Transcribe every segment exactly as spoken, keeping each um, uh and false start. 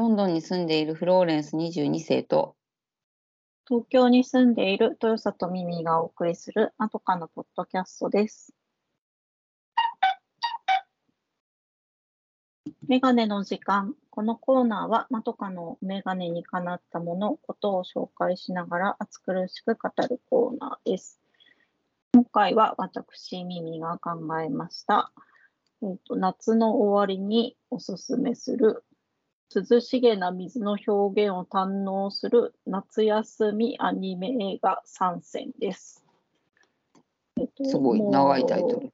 ロンドンに住んでいるフローレンスにじゅうに世と、 東京に住んでいる豊里ミミがお送りするまどかのポッドキャストです。メガネの時間。このコーナーはまどかのメガネにかなったもの、ことを紹介しながら暑苦しく語るコーナーです。今回は私ミミが考えました。えーと、夏の終わりにおすすめする涼しげな水の表現を堪能する夏休みアニメ映画さんせんです。えっと、 すごい長いタイトル。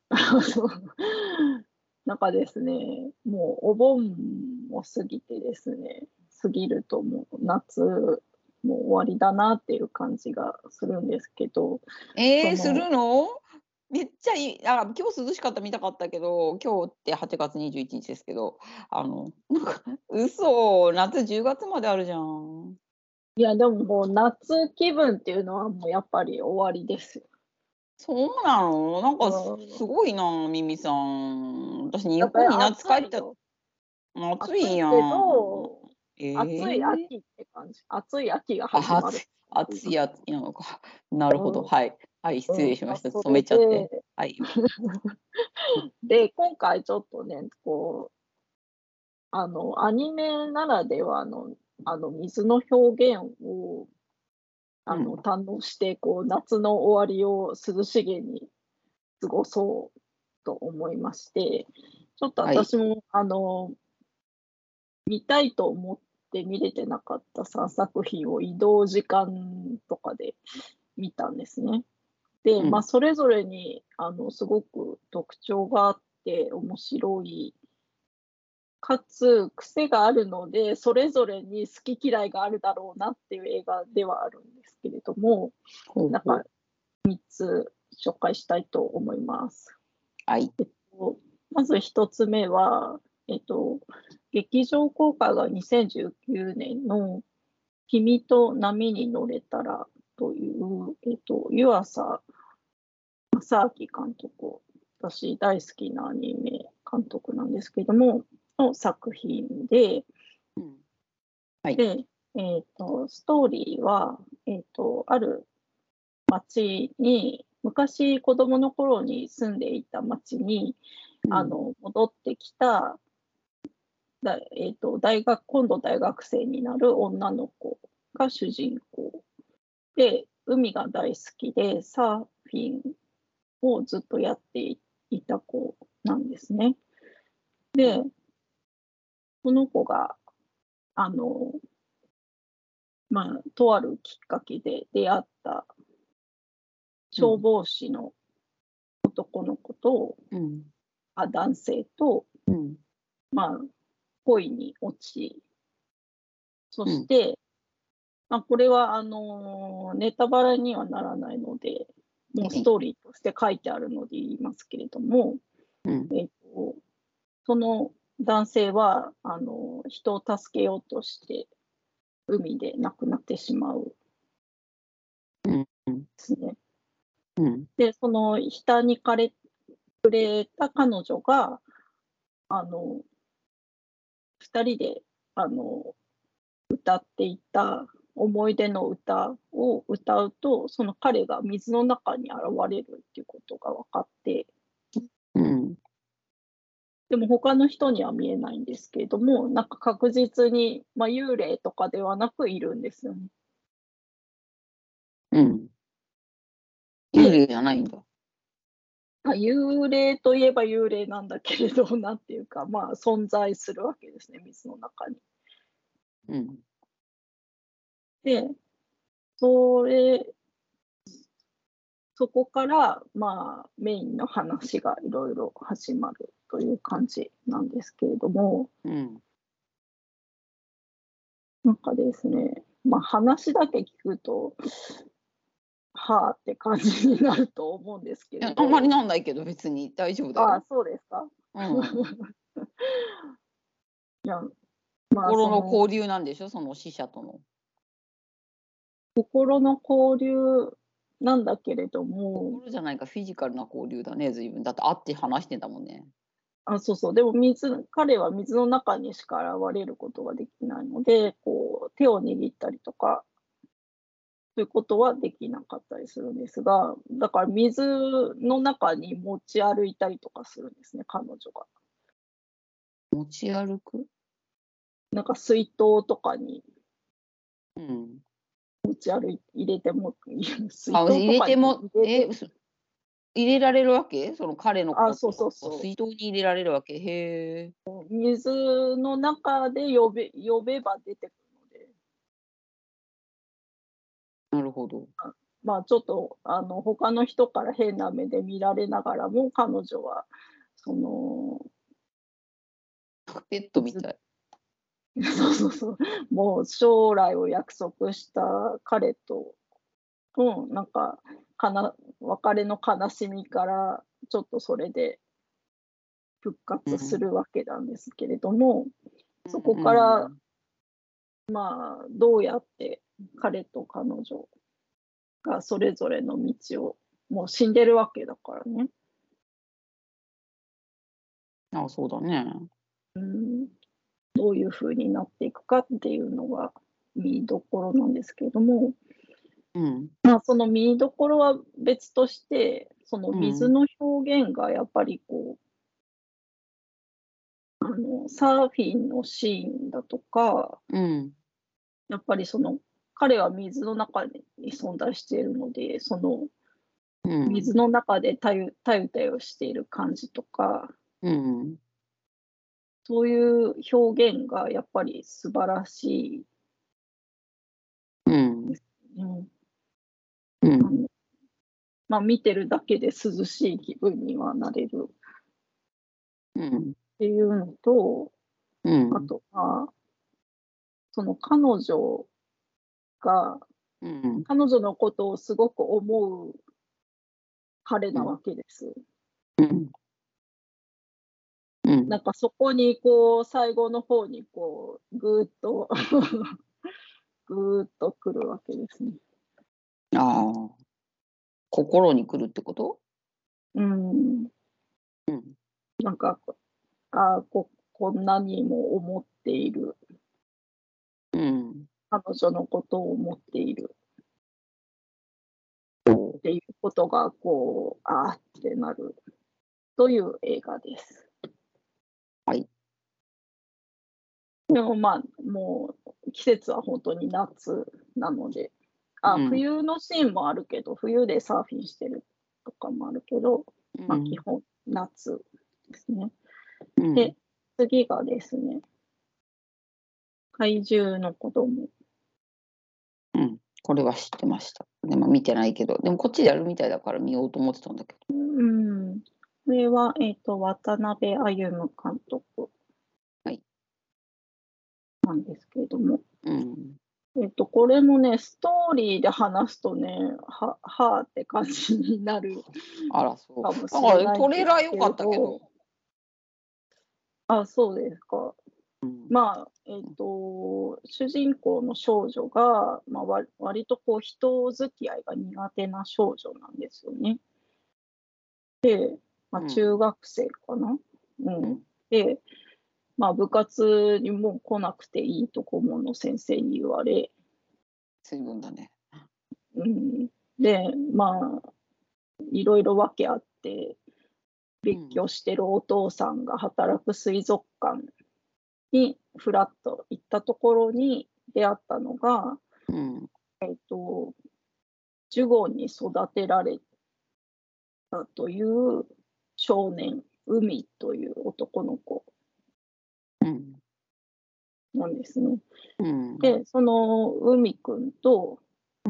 なんかですね、もうお盆も過ぎてですね、過ぎるともう夏もう終わりだなっていう感じがするんですけど、 えー、 そのするの？めっちゃいい。あ、今日涼しかった見たかったけど、今日ってはちがつにじゅういちにちですけど、あの、なんか、嘘、夏じゅうがつまであるじゃん。 いやでももう夏気分っていうのはもうやっぱり終わりですよ。 そうなの？なんかすうんすごいな、ミミさん。私日やっぱり本に夏帰った暑いよ。 暑いや暑いけん。 ど、暑いええ。 秋って感じ。暑い秋が始あ、 まる暑い暑い暑いなのか。なるほど、 うん、 はい。はい、失うん、まあ、 礼しました。止それめちゃって。 で、 はい。 で、今回ちょっとね、こう、あの、アニメならではの、あの、水の表現を、あの、 うん。 堪能して、こう、夏の終わりを涼しげに過ごそうと思いまして、ちょっとはい。 私も、あの、見たいと思って見れてなかったさんさく品を移動時間とかで見たんですね。で、まあ、 うん。 それぞれに、あの、すごく特徴があって面白い、かつ癖があるので、それぞれに好き嫌いがあるだろうなっていう映画ではあるんですけれども、なんかほうほう。 みっつ紹介したいと思います。 はい。 えっと、まずひとつめは、えっと、劇場公開がにせんじゅうきゅうねんの君と波に乗れたらという、えっと、湯浅正明監督、私大好きなアニメ監督なんですけども、の作品で、 うん。はい。 で、えっと、ストーリーは、えっと、ある町に、昔子供の頃に住んでいた町に、 うん。 あの、戻ってきた、だえっと、大学今度大学生になる女の子が主人公で、海が大好きで、サーフィンをずっとやっていた子なんですね。 うん。 で、その子が、あの、まあ、とあるきっかけで出会った消うん。 防士の男の子と、 うん。 あ、男性と、 うん。 まあ、恋に落ち、そうん。 して、まあ、これはあの、ネタバレにはならないので、もうスはい。 トーリーとして書いてあるので言いますけれども、 うん。 えっと、その男性は、あの、人を助けようとして海で亡くなってしまうんでうん。うん。 すね。 うん。 で、その下にかれくれた彼女が、あの、ふたりで、あの、歌っていた思い出の歌を歌うと、その彼が水の中に現れるっていうことが分かって、 うん。 でも他の人には見えないんですけれども、なんか確実に、まあ、幽霊とかではなくいるんですよね。 うん。幽で、 霊じゃないんだ。 まあ、幽霊といえば幽霊なんだけれど、なんていうか、まあ、存在するわけですね、水の中に。 うん。 で、それそこから、まあ、メインの話がいろいろ始まるという感じなんですけれども、 うん。 なんかですね、まあ、話だけ聞くと、はあって感じになると思うんですけいや、あんまりれど、 なんないけど、別に大丈夫だああ、 よ。 そうですか。 うん。 いや、まあ、 心のその、 交流なんでしょ、その死者との。 心の交流なんだけれども、 心じゃないか、フィジカルな交流だね、随分。だって会って話してんだもんね。 あ、そうそう、でも水彼は水の中にしか現れることができないので、こう手を握ったりとか、そういうことはできなかったりするんですが、だから水の中に持ち歩いたりとかするんですね、彼女が。 持ち歩く？ なんか水筒とかにうん。 持ち歩い入れても水あ、入筒とかにれても入れてえ、うす入れられるわけ？その彼のあ、 こそうそうとをそ水筒に入れられるわけ？へえ、 う。水の中で呼べ呼べば出てくるので、 なるほど。 まあ、ちょっとあの他の人から変な目で見られながらも、彼女はその、 ペットみずたい。 そうそうそう、もう将来を約束した彼とのなんか、かな別れの悲しみからちょっとそれで復活すうん。 るわけなんですけれども、そこうんうからん。 まあ、どうやって彼と彼女がそれぞれの道を、もう死んでるわけだからね。 あ、そうだね。 うん、どういう風になっていくかっていうのが見どころなんですけれども、 うん。 まあ、その見どころは別として、そのうん。 水の表現がやっぱりこう、あの、サーフィンのシーンだとか、 うん。 やっぱりその、彼は水の中に存在しているので、そのうん。 水の中でたゆたゆたゆしている感じとか、 うん。 そういう表現がやっぱり素晴らしいうん。 ですね。 うん。 あの、まあ、見てるだけで涼しい気分にはなれるうん。 っていうのと、 うん。 あとは、その彼女がうん。 彼女のことをすごく思う彼うん。 なわけです。 うん。うん。 なんかそこにこう最後の方にこうぐーっとぐーっと来るわけですね。 ああ、心に来るってこと？ うん。 うん。 なんか、ああ、ここんなにも思っている、 うん。 彼女のことを思っているおっていうことがこう、ああってなるという映画です。 はい。 でも、まあ、もう季節は本当に夏なので、あ、 うん。 冬のシーンもあるけど、冬でサーフィンしてるとかもあるけど、ま、基うん。 本夏ですね。で、 うん。 次がですね、怪獣の子供。 うん。これは知ってました。でも見てないけど、でもこっちでやるみたいだから見ようと思ってたんだけど。 うん。これは、えっと、渡辺歩監督はい。 なんですけれども、 うん。 えっと、これもね、ストーリーで話すとね、ははあって感じになるあら、そう。 かもだからしれないんトレーラー良ですけかったけど。 れど、あ、そうですか。 うん。 まあ、えっと、主人公の少女が、まあ、わ割とこう人付き合いが苦手な少女なんですよね。まあ、 うん。 中学生かな。うん。 うん。 で、まあ、部活にも来なくていいと顧問の先生に言われ、 水分だね。 うん、で、まあ、いろいろ訳あって、別うん。 居してるお父さんが働く水族館にふらっと行ったところに出会ったのが、 うん。 とジュゴンに育てられたという少年、海という男の子うん。 なんですね。 うん。 で、その海くんとうん。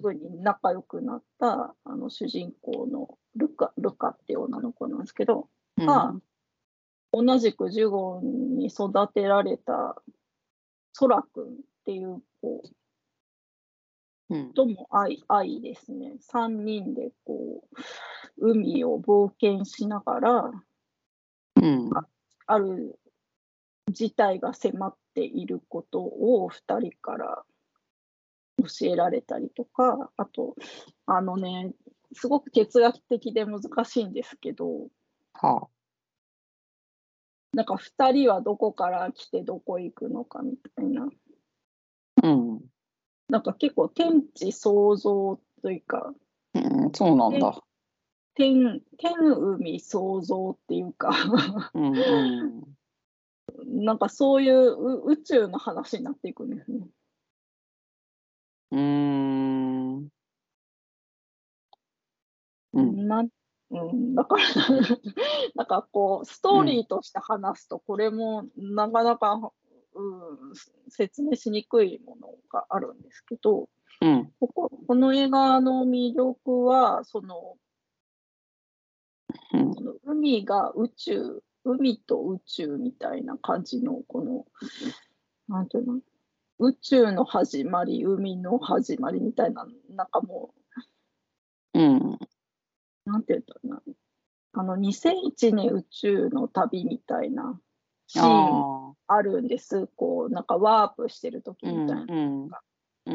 すぐに仲良くなったあの主人公のルカルカっていう女の子なんですけど、が、 うん。 同じくジュゴンに育てられたソラくんっていう子うん。 とも愛愛ですね。さんにんでこう、海を冒険しながら、 うん。 ある事態が迫っていることをふたりから教えられたりとか、あと、あのね、すごく哲学的で難しいんですけど、 はあ。 なんかふたりはどこから来てどこ行くのかみたいな。 うん。 なんか結構天地創造というか、 うん、そうなん天だ。 天天海創造っていうか、 うんうん。 なんかそういうう宇宙の話になっていくんですね。 うーん。うん。 なんうん、だからなんかこうストーうん。 リーとして話すと、これもなかなか、うん、説明しにくいものがあるんですけど、 うん。 こここの映画の魅力は、そのうん。 この海が宇宙海と宇宙みたいな感じの、この、なんていうの、宇宙の始まり、海の始まりみたいな、なんかもうん。 う、なんていうんだろうな、あのにせんいちねん宇宙の旅みたいなあシーンあ。 あるんです。こうなんかワープしてる時みたいな。 うんうんうん。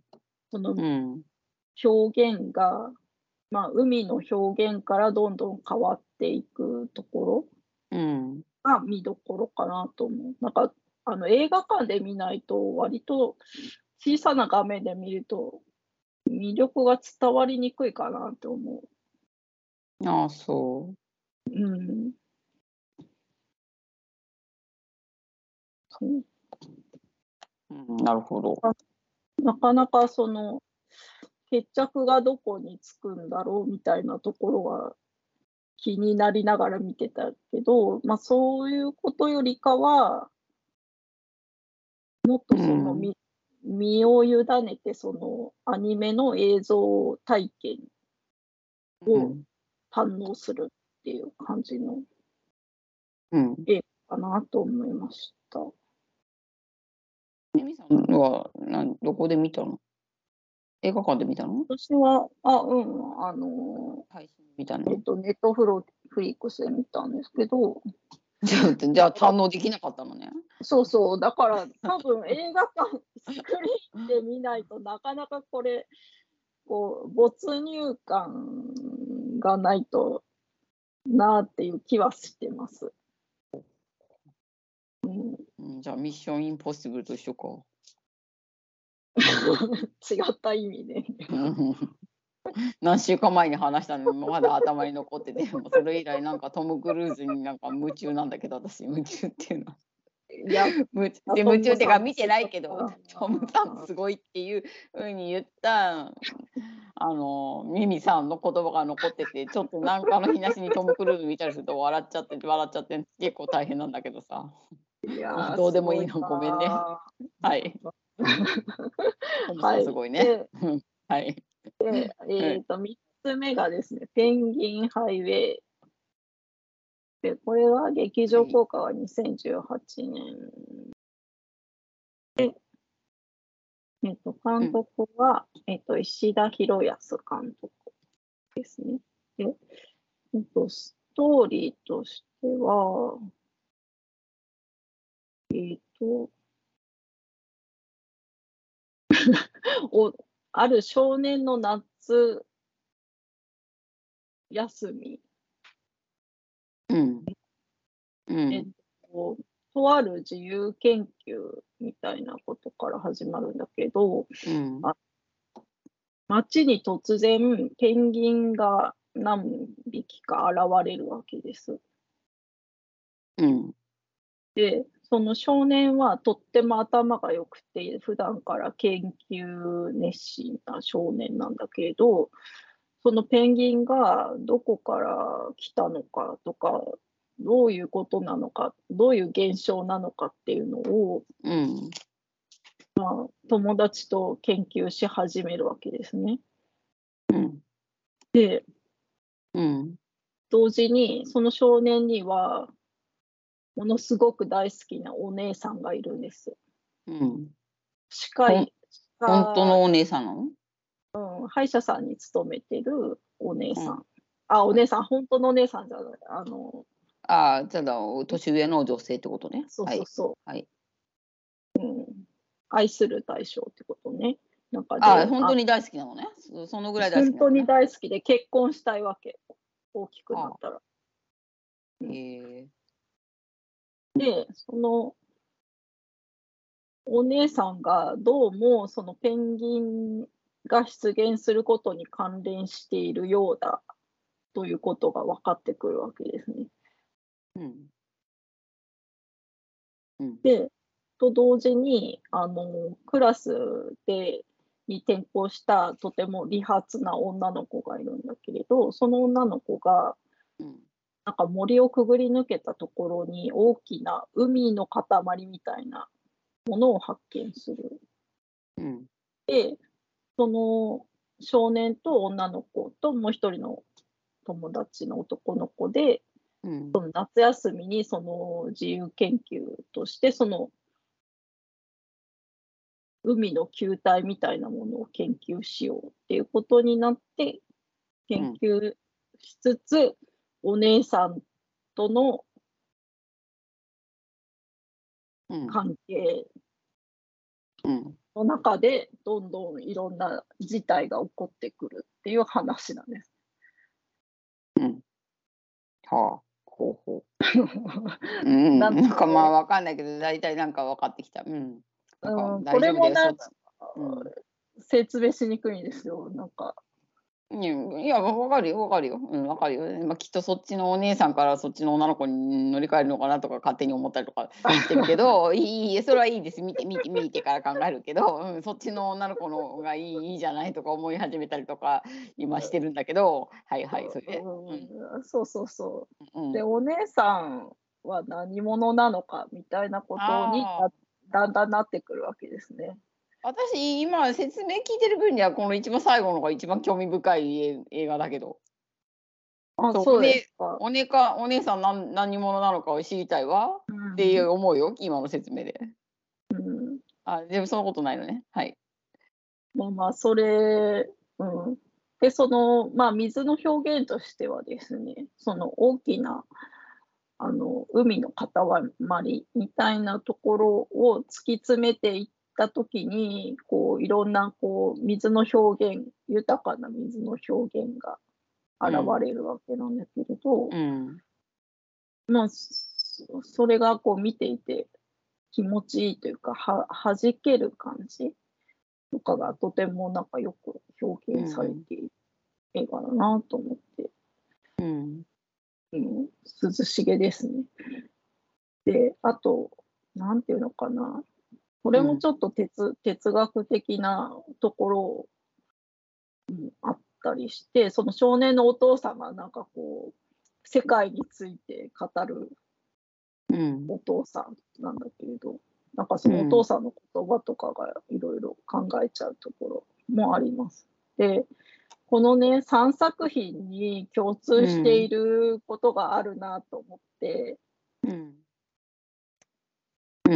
そのうん。 表現が、まあ、海の表現からどんどん変わっていくとこうん。 ろが見どころかなと思う。なんかあの映画館で見ないと、割と小さな画面で見ると魅力が伝わりにくいかなと思ああ、そう。うん。そう。 う。うん、なるほど。 あ、なかなかその決着がどこにつくんだろうみたいなところは気になりながら見てたけど、ま、そういうことよりかは、もっうとその、 ん。 み身を委ねて、そのアニメの映像体験をうん。 堪能するっていう感じのうん。 映画かなと思いました。 ミミさんは、なんどこで見たの？映画館で見たの？ 私は、あ、うん、あの、 配信で見たの？ えっと、ネットフロフリックスで見たんですけど、 じゃあじゃあ堪能できなかったのね。 そうそう、だから多分映画館、スクリーンで見ないとなかなかこれ、こう、没入感がないとなっていう気はしてます。うん。 うん、じゃあミッションインポッシブルと一緒か。 違った意味で。 うん。何週間前に話したのに、まだ頭に残ってて、もうそれ以来なんかトム・クルーズになんか夢中なんだけど、私、夢中っていうのは。 いや、 夢中で、 ト夢中っていうか見てムさんすないけど、 ごかったトムさんな。 すごいっていう風に言った、あの、ミミさんの言葉が残ってて、ちょっとなんかの日なしにトム・クルーズ見たりすると笑っちゃって笑っちゃって、結構大変なんだけどさ。まあ、 いや、 どうすごいでもいいの、ごめんね。 な。 はい。トムさはい。 んすごいね。 でうん、はい。 で、 はい。 えっとみっつめがですね、ペンギンハイウェイ。で、これは劇場はい。 公開はにせんじゅうはちねん。えっと、監うん。 督は、えっと、石田裕康監督ですね。で、えっと、ストーリーとしては、えっと、おある少年の夏休み、 うん。うえっん。 と、とある自由研究みたいなことから始まるんだけど、 うん。 あ、街に突然ペンギンが何匹か現れるわけです。 うん。 で、その少年はとっても頭が良くて、普段から研究熱心な少年なんだけれど、そのペンギンがどこから来たのかとか、どういうことなのか、どういう現象なのかっていうのを、 うん。 友達と研究し始めるわけですね。 うん。 で、 うん。 同時にその少年には、ものすごく大好きなお姉さんがいるんです。 うん。 歯科ほん医歯ほんとのお姉さんなの？ うん、歯医者さんに勤めてるお姉うん。 さん。あ、おはい。 姉さん、ほんとのお姉さんじゃない、あの、 ああ、ただ、お年上の女性ってことね。 そうはい。 そうそはい。 う、うん、愛する対象ってことね。なんかああ、 で、あ、 ほんとに大好きなのね。そそのぐらい大ほんとに好きなのね。 大好きで結婚したいわけ、大きくなああ、 ったら。うへん。 え。 で、そのお姉さんがどうもそのペンギンが出現することに関連しているようだということが分かってくるわけですね。 うん。うん。 で、と同時に、あの、クラスでに転校したとても利発な女の子がいるんだけれど、その女の子が、 うん。 なんか森をくぐり抜けたところに大きな海の塊みたいなものを発見する。 うん。 で、その少年と女の子ともう一人の友達の男の子で、 うん。 その夏休みにその自由研究として、その海の球体みたいなものを研究しようっていうことになって、研うん。 究しつつ、お姉さんとのうん。 関係うん。 の中で、どんどんいろんな事態が起こってくるっていう話なんです。 うん。はあ。ほうほう。うん、 なんなんか、まあ、 で、 わかんないけど、大体なんか分かってきた。うん。なんかうん、こ大丈夫だよ、 れもなんかそっち。うん。 説明しにくいんですよ。なんか、 いや、いや、わかるよ、わかるよ。うん、わかるよ。まあ、きっとそっちのお姉さんからそっちの女の子に乗り換えるのかなとか勝手に思ったりとかしてるけど、いいいい、それはいいです。見て見て見てから考えるけど、うん、そっちの女の子のがいいいいじゃないとか思い始めたりとか今してるんだけど、はいはい、それで？うん、 うん、そうそうそう。で、 うん。 お姉さんは何者なのかみたいなことにああ、 だだんだんなってくるわけですね。 私今説明聞いてる分にはこの一番最後のが一番興味深いえ映画だけど。 あ、 そう、おそうですねか。 おねかお姉さんなん何者なのかを知りたいわうっていん、 う思うよ、今の説明で。 うん。 あ、でもそんなことないのね。はい。 まあまあ、それうん。で、その、まあ、水の表現としてはですね、その大きな、あの、海の塊みたいなところを突き詰めていった時に、こう、いろんな、こう、水の表現豊かな水の表現が現うん。 れるわけなんだけれど、 うん。 まあ、そそれがこう見ていて気持ちいいというか、は弾ける感じとかがとてもなんかよく表現されうん。 ている映画だなと思って、 うん。 うん、涼しげですね。で、あと、なんていうのかな、これもうん。 ちょっと哲哲学的なところあったりして、その少年のお父さんがなんかこう、世界について語るうん。 お父さんなんだけれど、なんかそのお父うん。 さんの言葉とかがいろいろ考えちゃうところもあります。で、このね、さんさく品に共通していることがあるなと思って、 うん。うん。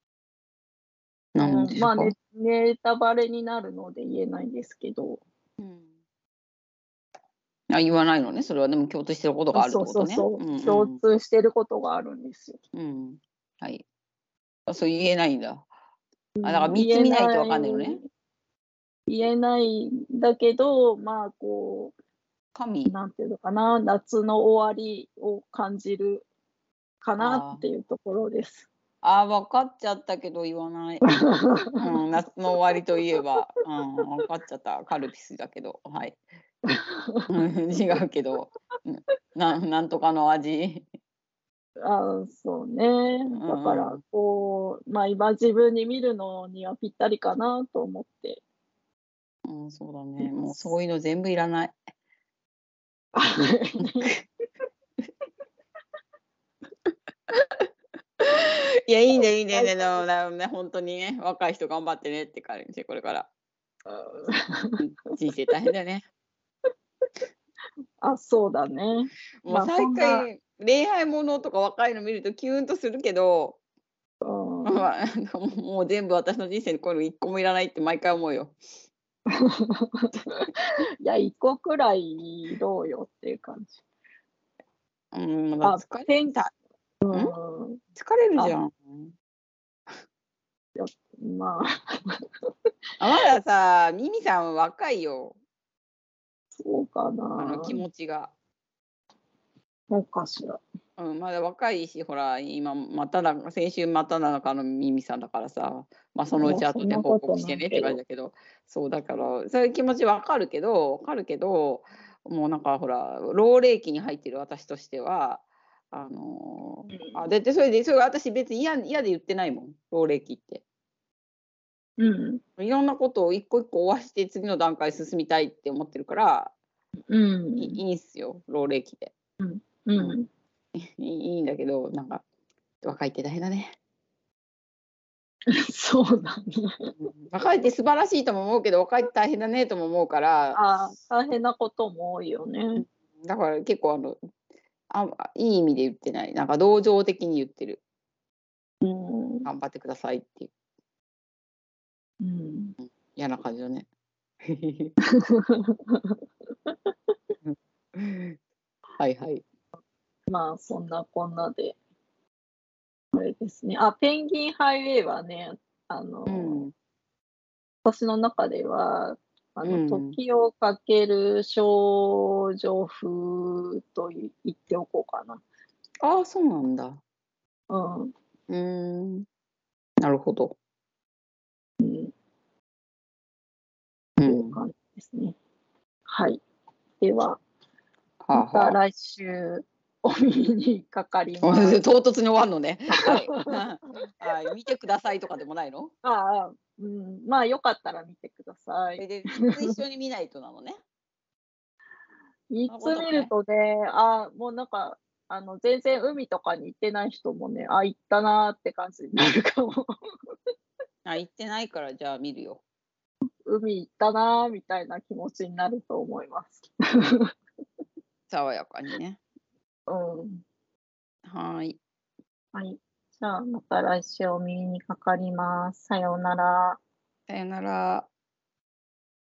なんうん、まあ、 ですか？ ネネタバレになるので言えないんですけど、 うん。あ、言わないのね、それはでも共通してることがあ、 あるっそうてことね。 そうそう、 うんう共ん。 通していることがあるんですよ。 うん。はい。あ、そう言えないんだ。あ、だからうん、 みっつ言え見ないとわないかんないのね。 言えないんだけど、まあ、こう、 神？ なんていうのかな、夏の終わりを感じるかなっあていうところです。 あ、ああ、分かっちゃったけど言わない。うん、夏の終わりといえば、うん、分かっちゃった。カルピスだけど、はい。うん、違うけど、うん、ななんとかの味。 ああ、そうね。だから、 うんうん。 こう、まあ、今自分に見るのにはぴったりかなと思ってうん、そうだいね。もうそうます。 いうの全部いらない。いや、いいねいいね、 はい。 ね、ななね、ほんとにね、若い人頑張ってねって感じ、これから。うん、人生大変だよね。 あ、そうだね。 もうまあ、そ最んな、 近、恋愛ものとか若いの見るとキュンとするけど、 うん。 まあ、もう全部私の人生にこういうのいっこもいらないって毎回思うよ。 いや、いっこくらいどうよっていう感じ。 うん、まだあ、 疲れペンたうん？ ん。 疲れるじあ、 ゃん。 よまあ、 あ、まださ、ミミさん若いよ、 そうかあの気な。 持ちが。 そうかしら。 うん、まだ若いし、ほら、今またな先週また中のミミさんだからさ、ま、そのうもうち後でそんなこと報告してねってないけど。 感じだけど、そうだから、そういう気持ち分かるけど分かるけど、もうなんかほら、老齢期に入ってる私としては、あの、あ、 うん。 でで、それでそれ私別に嫌嫌で言ってないもん、老齢期って。 うん。 いろんなことを一個一個終わして次の段階進みたいって思ってるから、 ういん。 いいんすよ、老齢期で。 うん。 うん。 うん。 いいいいんだけど、なんか、若いって大変だね。 そうだね。 うん、若いって素晴らしいとも思うけど、若いって大変だねとも思うから、 ああ、大変なことも多いよね。 うん、だから結構あの、あいい意味で言ってない、なんか同情的に言ってる。 うん。 頑張ってくださいっていう。 うん。 うん、嫌な感じだね。はいはい。 まあ、そんなこんなで、あれですね。あ、ペンギンハイウェイはね、あの、 うん。 私の中では、あの、 うん。 時をかける少女風とい言っておこうかな。 ああ、そうなんだ。 うん。 うーん、なるほど。 うん。 うん。 ていう感じですね。はい。では、 はあはあ。 また来週お耳にかかり唐ます。 突に終わんのね。はい。はい、見てくださいとかでもないの？ ああ、うん、まあ、よかったら見てください。 え、で、いつ一緒に見ないとなのね。 いそんなこつ見るともね。 とね、ああ、もうなんか、あの、全然海とかに行ってない人もね、あ、行ったなって感じになるかも。 あ、行ってないからじゃあ見るよ。 海行ったなみたいな気持ちになると思います。 爽やかにね。 うん。 はい。 はい。じゃあ、また来週お耳にかかります。さようなら。 さよなら。